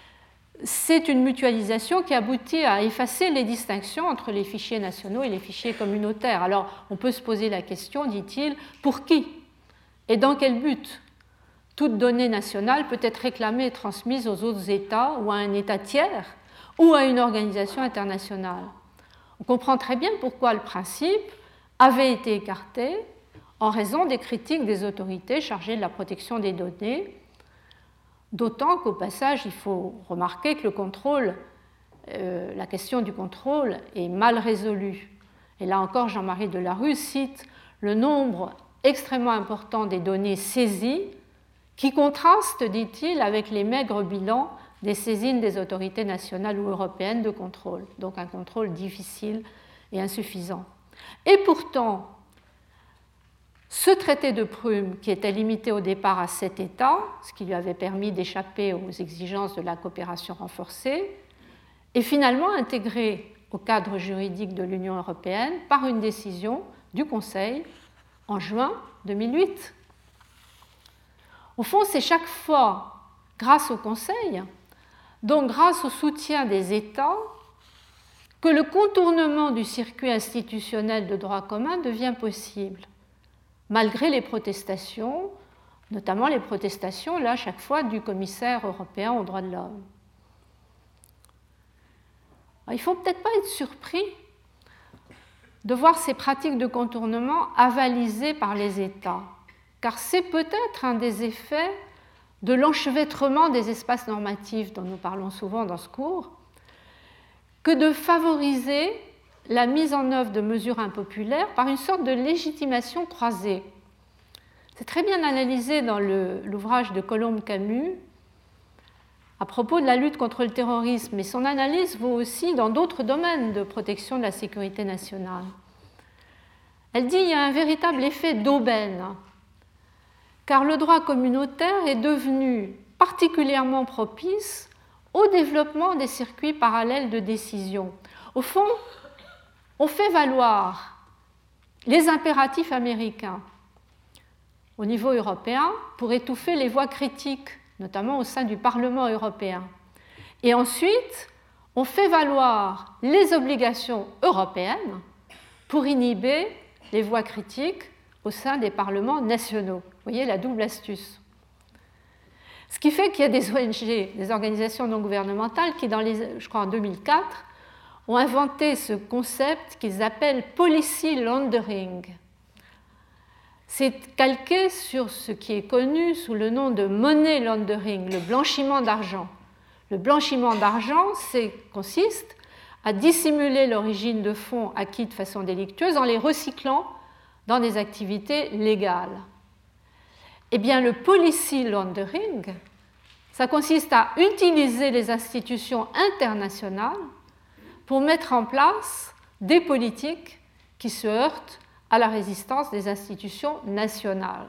c'est une mutualisation qui aboutit à effacer les distinctions entre les fichiers nationaux et les fichiers communautaires. Alors, on peut se poser la question, dit-il, pour qui et dans quel but toute donnée nationale peut être réclamée et transmise aux autres États ou à un État tiers ou à une organisation internationale. On comprend très bien pourquoi le principe avait été écarté en raison des critiques des autorités chargées de la protection des données, d'autant qu'au passage, il faut remarquer que le contrôle, la question du contrôle est mal résolue. Et là encore, Jean-Marie Delarue cite le nombre extrêmement important des données saisies qui contraste, dit-il, avec les maigres bilans des saisines des autorités nationales ou européennes de contrôle, donc un contrôle difficile et insuffisant. Et pourtant, ce traité de Prüm, qui était limité au départ à 7 États, ce qui lui avait permis d'échapper aux exigences de la coopération renforcée, est finalement intégré au cadre juridique de l'Union européenne par une décision du Conseil en juin 2008. Au fond, c'est chaque fois grâce au Conseil, donc grâce au soutien des États, que le contournement du circuit institutionnel de droit commun devient possible, malgré les protestations, notamment les protestations, là, chaque fois, du commissaire européen aux droits de l'homme. Il ne faut peut-être pas être surpris de voir ces pratiques de contournement avalisées par les États, car c'est peut-être un des effets de l'enchevêtrement des espaces normatifs dont nous parlons souvent dans ce cours, que de favoriser la mise en œuvre de mesures impopulaires par une sorte de légitimation croisée. C'est très bien analysé dans l'ouvrage de Colombe-Camus à propos de la lutte contre le terrorisme, mais son analyse vaut aussi dans d'autres domaines de protection de la sécurité nationale. Elle dit qu'il y a un véritable effet d'aubaine, car le droit communautaire est devenu particulièrement propice au développement des circuits parallèles de décision. Au fond, on fait valoir les impératifs américains au niveau européen pour étouffer les voix critiques, notamment au sein du Parlement européen. Et ensuite, on fait valoir les obligations européennes pour inhiber les voix critiques au sein des parlements nationaux. Vous voyez la double astuce. Ce qui fait qu'il y a des ONG, des organisations non gouvernementales, qui, je crois en 2004, ont inventé ce concept qu'ils appellent policy laundering. C'est calqué sur ce qui est connu sous le nom de money laundering, le blanchiment d'argent. Le blanchiment d'argent consiste à dissimuler l'origine de fonds acquis de façon délictueuse en les recyclant dans des activités légales. Eh bien, le policy laundering, ça consiste à utiliser les institutions internationales pour mettre en place des politiques qui se heurtent à la résistance des institutions nationales.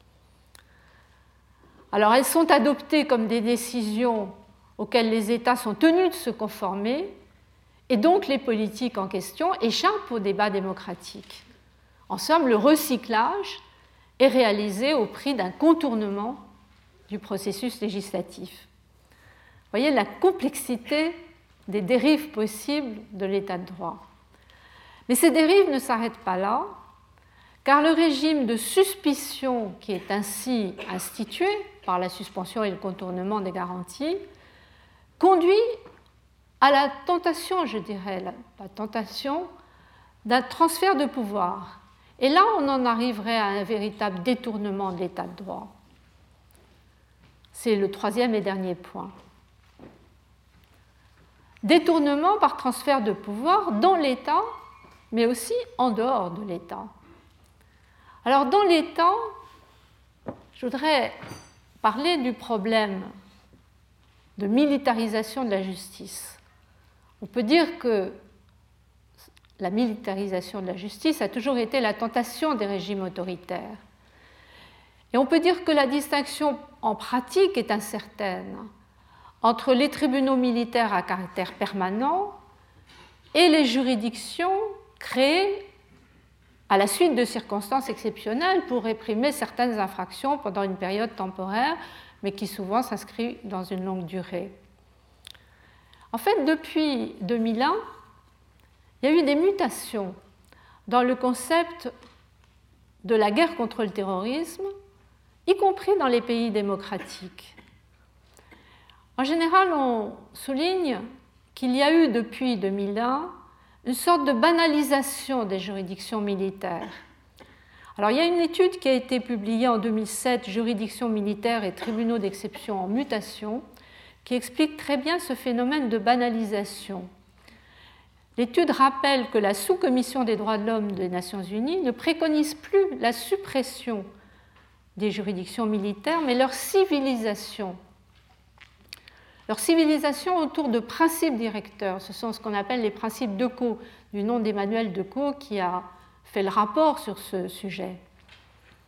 Alors, elles sont adoptées comme des décisions auxquelles les États sont tenus de se conformer, et donc les politiques en question échappent au débat démocratique. En somme, le recyclage est réalisé au prix d'un contournement du processus législatif. Vous voyez la complexité des dérives possibles de l'état de droit. Mais ces dérives ne s'arrêtent pas là, car le régime de suspicion qui est ainsi institué par la suspension et le contournement des garanties conduit à la tentation, je dirais, la tentation d'un transfert de pouvoir. Et là, on en arriverait à un véritable détournement de l'état de droit. C'est le troisième et dernier point. Détournement par transfert de pouvoir dans l'État, mais aussi en dehors de l'État. Alors, dans l'État, je voudrais parler du problème de militarisation de la justice. On peut dire que la militarisation de la justice a toujours été la tentation des régimes autoritaires. Et on peut dire que la distinction en pratique est incertaine entre les tribunaux militaires à caractère permanent et les juridictions créées à la suite de circonstances exceptionnelles pour réprimer certaines infractions pendant une période temporaire, mais qui souvent s'inscrit dans une longue durée. En fait, depuis 2001, il y a eu des mutations dans le concept de la guerre contre le terrorisme, y compris dans les pays démocratiques. En général, on souligne qu'il y a eu depuis 2001 une sorte de banalisation des juridictions militaires. Alors, il y a une étude qui a été publiée en 2007, Juridictions militaires et tribunaux d'exception en mutation, qui explique très bien ce phénomène de banalisation. L'étude rappelle que la sous-commission des droits de l'homme des Nations Unies ne préconise plus la suppression des juridictions militaires, mais leur civilisation. Leur civilisation autour de principes directeurs. Ce sont ce qu'on appelle les principes Decaux, du nom d'Emmanuel Decaux, qui a fait le rapport sur ce sujet.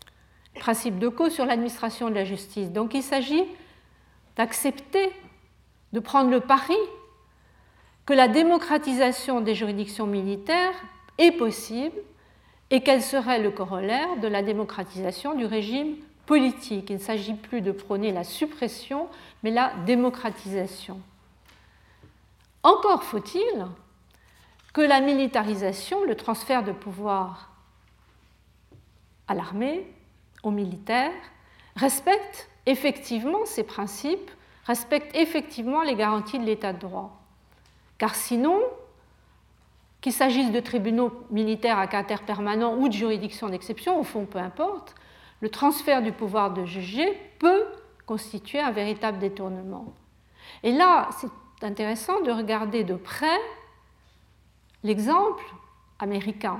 principe de cause sur l'administration de la justice. Donc il s'agit d'accepter, de prendre le pari que la démocratisation des juridictions militaires est possible et qu'elle serait le corollaire de la démocratisation du régime politique. Il ne s'agit plus de prôner la suppression, mais la démocratisation. Encore faut-il que la militarisation, le transfert de pouvoir à l'armée, aux militaires, respecte effectivement ces principes, respecte effectivement les garanties de l'état de droit. Car sinon, qu'il s'agisse de tribunaux militaires à caractère permanent ou de juridictions d'exception, au fond, peu importe, le transfert du pouvoir de juger peut constituer un véritable détournement. Et là, c'est intéressant de regarder de près l'exemple américain.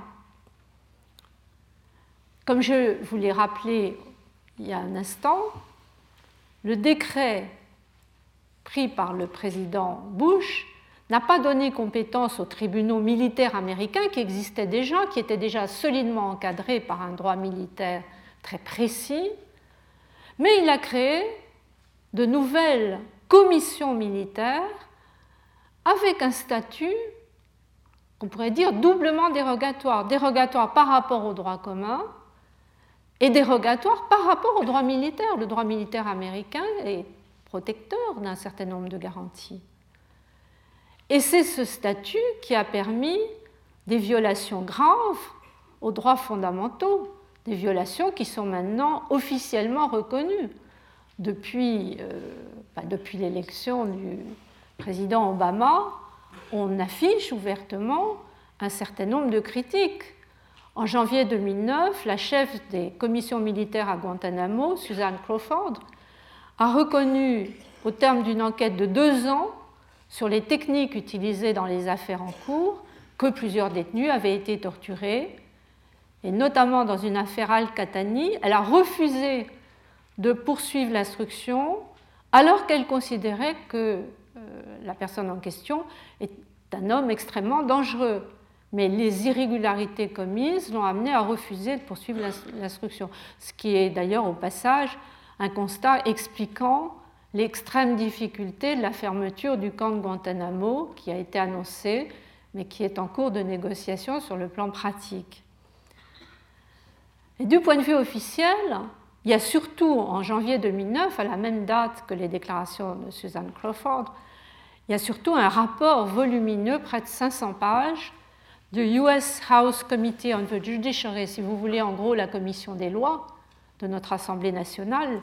Comme je vous l'ai rappelé il y a un instant, le décret pris par le président Bush n'a pas donné compétence aux tribunaux militaires américains qui existaient déjà, qui étaient déjà solidement encadrés par un droit militaire très précis, mais il a créé de nouvelles commissions militaires avec un statut qu'on pourrait dire doublement dérogatoire, dérogatoire par rapport au droit commun et dérogatoire par rapport au droit militaire. Le droit militaire américain est protecteur d'un certain nombre de garanties. Et c'est ce statut qui a permis des violations graves aux droits fondamentaux, des violations qui sont maintenant officiellement reconnues depuis l'élection du président Obama. On affiche ouvertement un certain nombre de critiques. En janvier 2009, la chef des commissions militaires à Guantanamo, Suzanne Crawford, a reconnu, au terme d'une enquête de 2 ans sur les techniques utilisées dans les affaires en cours, que plusieurs détenus avaient été torturés, et notamment dans une affaire Al-Qahtani. Elle a refusé de poursuivre l'instruction alors qu'elle considérait que la personne en question est un homme extrêmement dangereux. Mais les irrégularités commises l'ont amené à refuser de poursuivre l'instruction, ce qui est d'ailleurs au passage un constat expliquant l'extrême difficulté de la fermeture du camp de Guantanamo qui a été annoncée, mais qui est en cours de négociation sur le plan pratique. Et du point de vue officiel, il y a surtout en janvier 2009, à la même date que les déclarations de Suzanne Crawford, il y a surtout un rapport volumineux, près de 500 pages, du US House Committee on the Judiciary, si vous voulez, en gros la commission des lois de notre Assemblée nationale.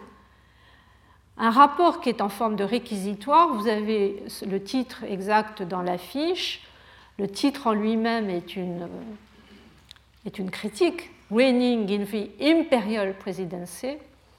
Un rapport qui est en forme de réquisitoire, vous avez le titre exact dans l'affiche. Le titre en lui-même est une critique, Reigning in the Imperial Presidency,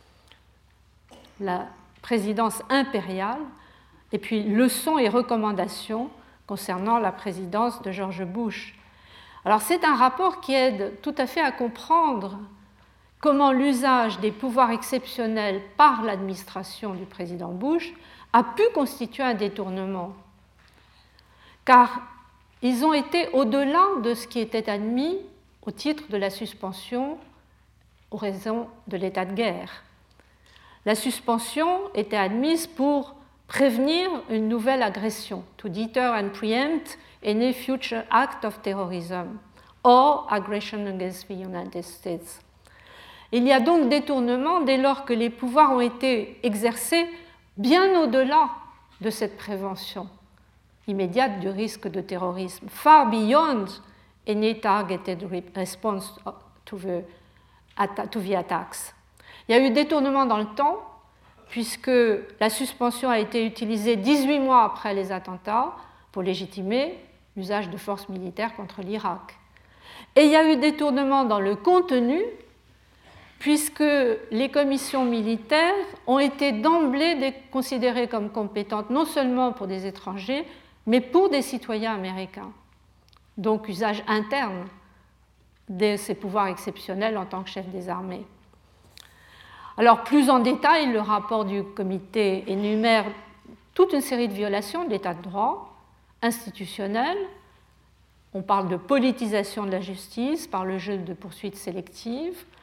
la présidence impériale, et puis leçons et recommandations concernant la présidence de George Bush. Alors c'est un rapport qui aide tout à fait à comprendre comment l'usage des pouvoirs exceptionnels par l'administration du président Bush a pu constituer un détournement, car ils ont été au-delà de ce qui était admis au titre de la suspension aux raisons de l'état de guerre. La suspension était admise pour prévenir une nouvelle agression, to deter and preempt any future act of terrorism or aggression against the United States. Il y a donc détournement dès lors que les pouvoirs ont été exercés bien au-delà de cette prévention immédiate du risque de terrorisme, far beyond any targeted response to the attacks. Il y a eu détournement dans le temps, puisque la suspension a été utilisée 18 mois après les attentats pour légitimer l'usage de forces militaires contre l'Irak. Et il y a eu détournement dans le contenu, puisque les commissions militaires ont été d'emblée considérées comme compétentes non seulement pour des étrangers, mais pour des citoyens américains. Donc usage interne de ces pouvoirs exceptionnels en tant que chef des armées. Alors plus en détail, le rapport du comité énumère toute une série de violations de l'état de droit institutionnel. On parle de politisation de la justice par le jeu de poursuites sélectives,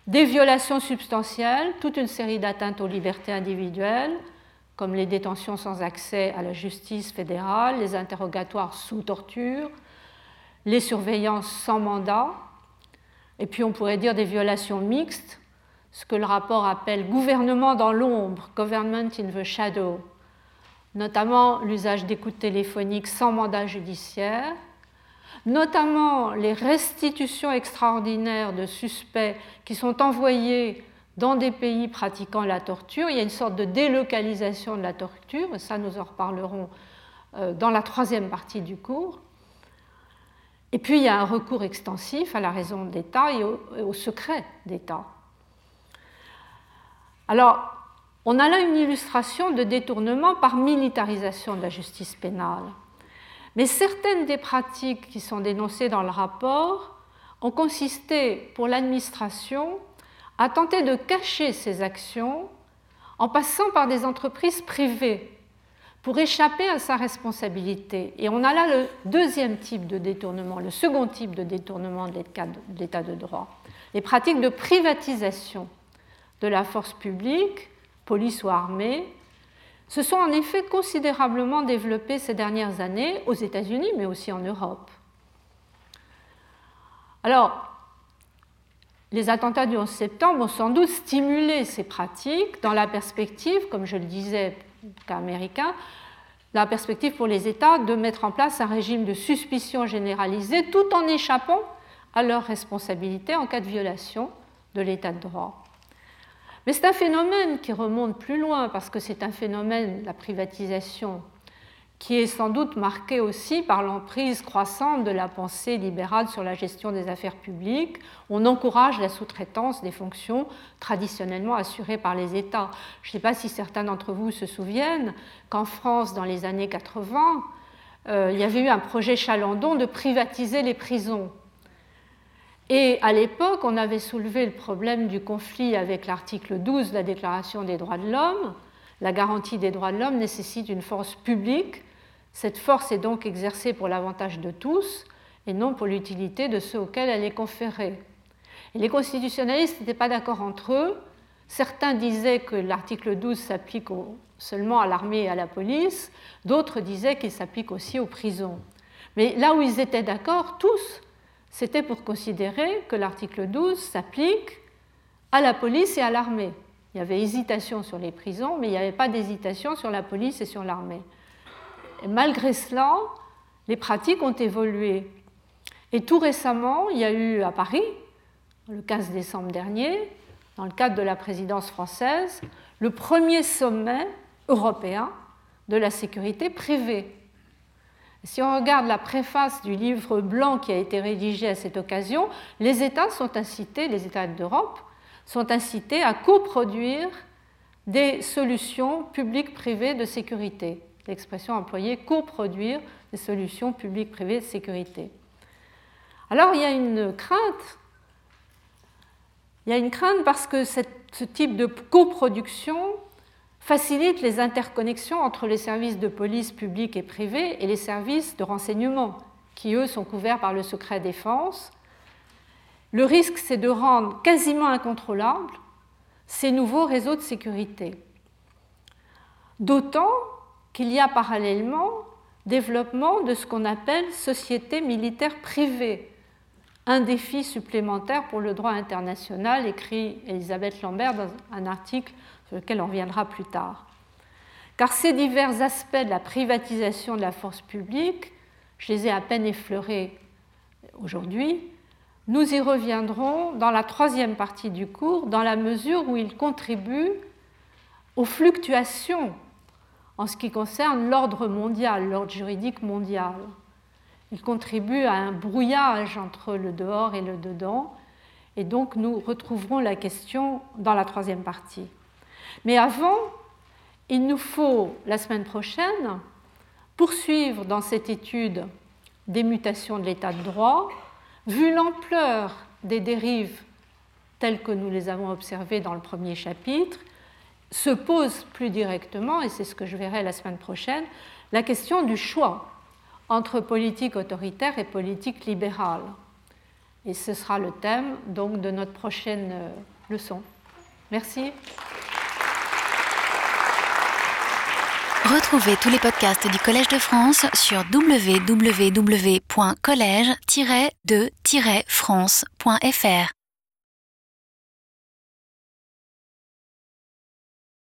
des violations substantielles, toute une série d'atteintes aux libertés individuelles, comme les détentions sans accès à la justice fédérale, les interrogatoires sous torture, les surveillances sans mandat, et puis on pourrait dire des violations mixtes, ce que le rapport appelle gouvernement dans l'ombre, government in the shadow, notamment l'usage d'écoutes téléphoniques sans mandat judiciaire, notamment les restitutions extraordinaires de suspects qui sont envoyés dans des pays pratiquant la torture. Il y a une sorte de délocalisation de la torture, et ça nous en reparlerons dans la troisième partie du cours. Et puis il y a un recours extensif à la raison d'État et au secret d'État. Alors, on a là une illustration de détournement par militarisation de la justice pénale. Mais certaines des pratiques qui sont dénoncées dans le rapport ont consisté pour l'administration à tenter de cacher ces actions en passant par des entreprises privées pour échapper à sa responsabilité. Et on a là le deuxième type de détournement, le second type de détournement de l'état de droit, les pratiques de privatisation de la force publique, police ou armée, se sont en effet considérablement développées ces dernières années aux États-Unis, mais aussi en Europe. Alors, les attentats du 11 septembre ont sans doute stimulé ces pratiques dans la perspective, comme je le disais, cas américain, la perspective pour les États de mettre en place un régime de suspicion généralisée tout en échappant à leurs responsabilités en cas de violation de l'état de droit. Mais c'est un phénomène qui remonte plus loin parce que c'est un phénomène, la privatisation, qui est sans doute marqué aussi par l'emprise croissante de la pensée libérale sur la gestion des affaires publiques. On encourage la sous-traitance des fonctions traditionnellement assurées par les États. Je ne sais pas si certains d'entre vous se souviennent qu'en France, dans les années 80, il y avait eu un projet Chalandon de privatiser les prisons. Et à l'époque, on avait soulevé le problème du conflit avec l'article 12 de la Déclaration des droits de l'homme. La garantie des droits de l'homme nécessite une force publique. Cette force est donc exercée pour l'avantage de tous et non pour l'utilité de ceux auxquels elle est conférée. Et les constitutionnalistes n'étaient pas d'accord entre eux. Certains disaient que l'article 12 s'applique seulement à l'armée et à la police. D'autres disaient qu'il s'applique aussi aux prisons. Mais là où ils étaient d'accord, tous, c'était pour considérer que l'article 12 s'applique à la police et à l'armée. Il y avait hésitation sur les prisons, mais il n'y avait pas d'hésitation sur la police et sur l'armée. Et malgré cela, les pratiques ont évolué. Et tout récemment, il y a eu à Paris, le 15 décembre dernier, dans le cadre de la présidence française, le premier sommet européen de la sécurité privée. Si on regarde la préface du livre blanc qui a été rédigé à cette occasion, les États sont incités, les États d'Europe, sont incités à coproduire des solutions publiques-privées de sécurité. L'expression employée, coproduire des solutions publiques-privées de sécurité. Alors il y a une crainte. Il y a une crainte parce que ce type de coproduction facilite les interconnexions entre les services de police publics et privés et les services de renseignement, qui, eux, sont couverts par le secret défense. Le risque, c'est de rendre quasiment incontrôlables ces nouveaux réseaux de sécurité. D'autant qu'il y a parallèlement développement de ce qu'on appelle société militaire privée, un défi supplémentaire pour le droit international, écrit Elisabeth Lambert dans un article sur lequel on reviendra plus tard. Car ces divers aspects de la privatisation de la force publique, je les ai à peine effleurés aujourd'hui, nous y reviendrons dans la troisième partie du cours, dans la mesure où ils contribuent aux fluctuations en ce qui concerne l'ordre mondial, l'ordre juridique mondial. Ils contribuent à un brouillage entre le dehors et le dedans, et donc nous retrouverons la question dans la troisième partie. Mais avant, il nous faut, la semaine prochaine, poursuivre dans cette étude des mutations de l'état de droit, vu l'ampleur des dérives telles que nous les avons observées dans le premier chapitre, se pose plus directement, et c'est ce que je verrai la semaine prochaine, la question du choix entre politique autoritaire et politique libérale. Et ce sera le thème donc de notre prochaine leçon. Merci. Retrouvez tous les podcasts du Collège de France sur www.collège-de-france.fr.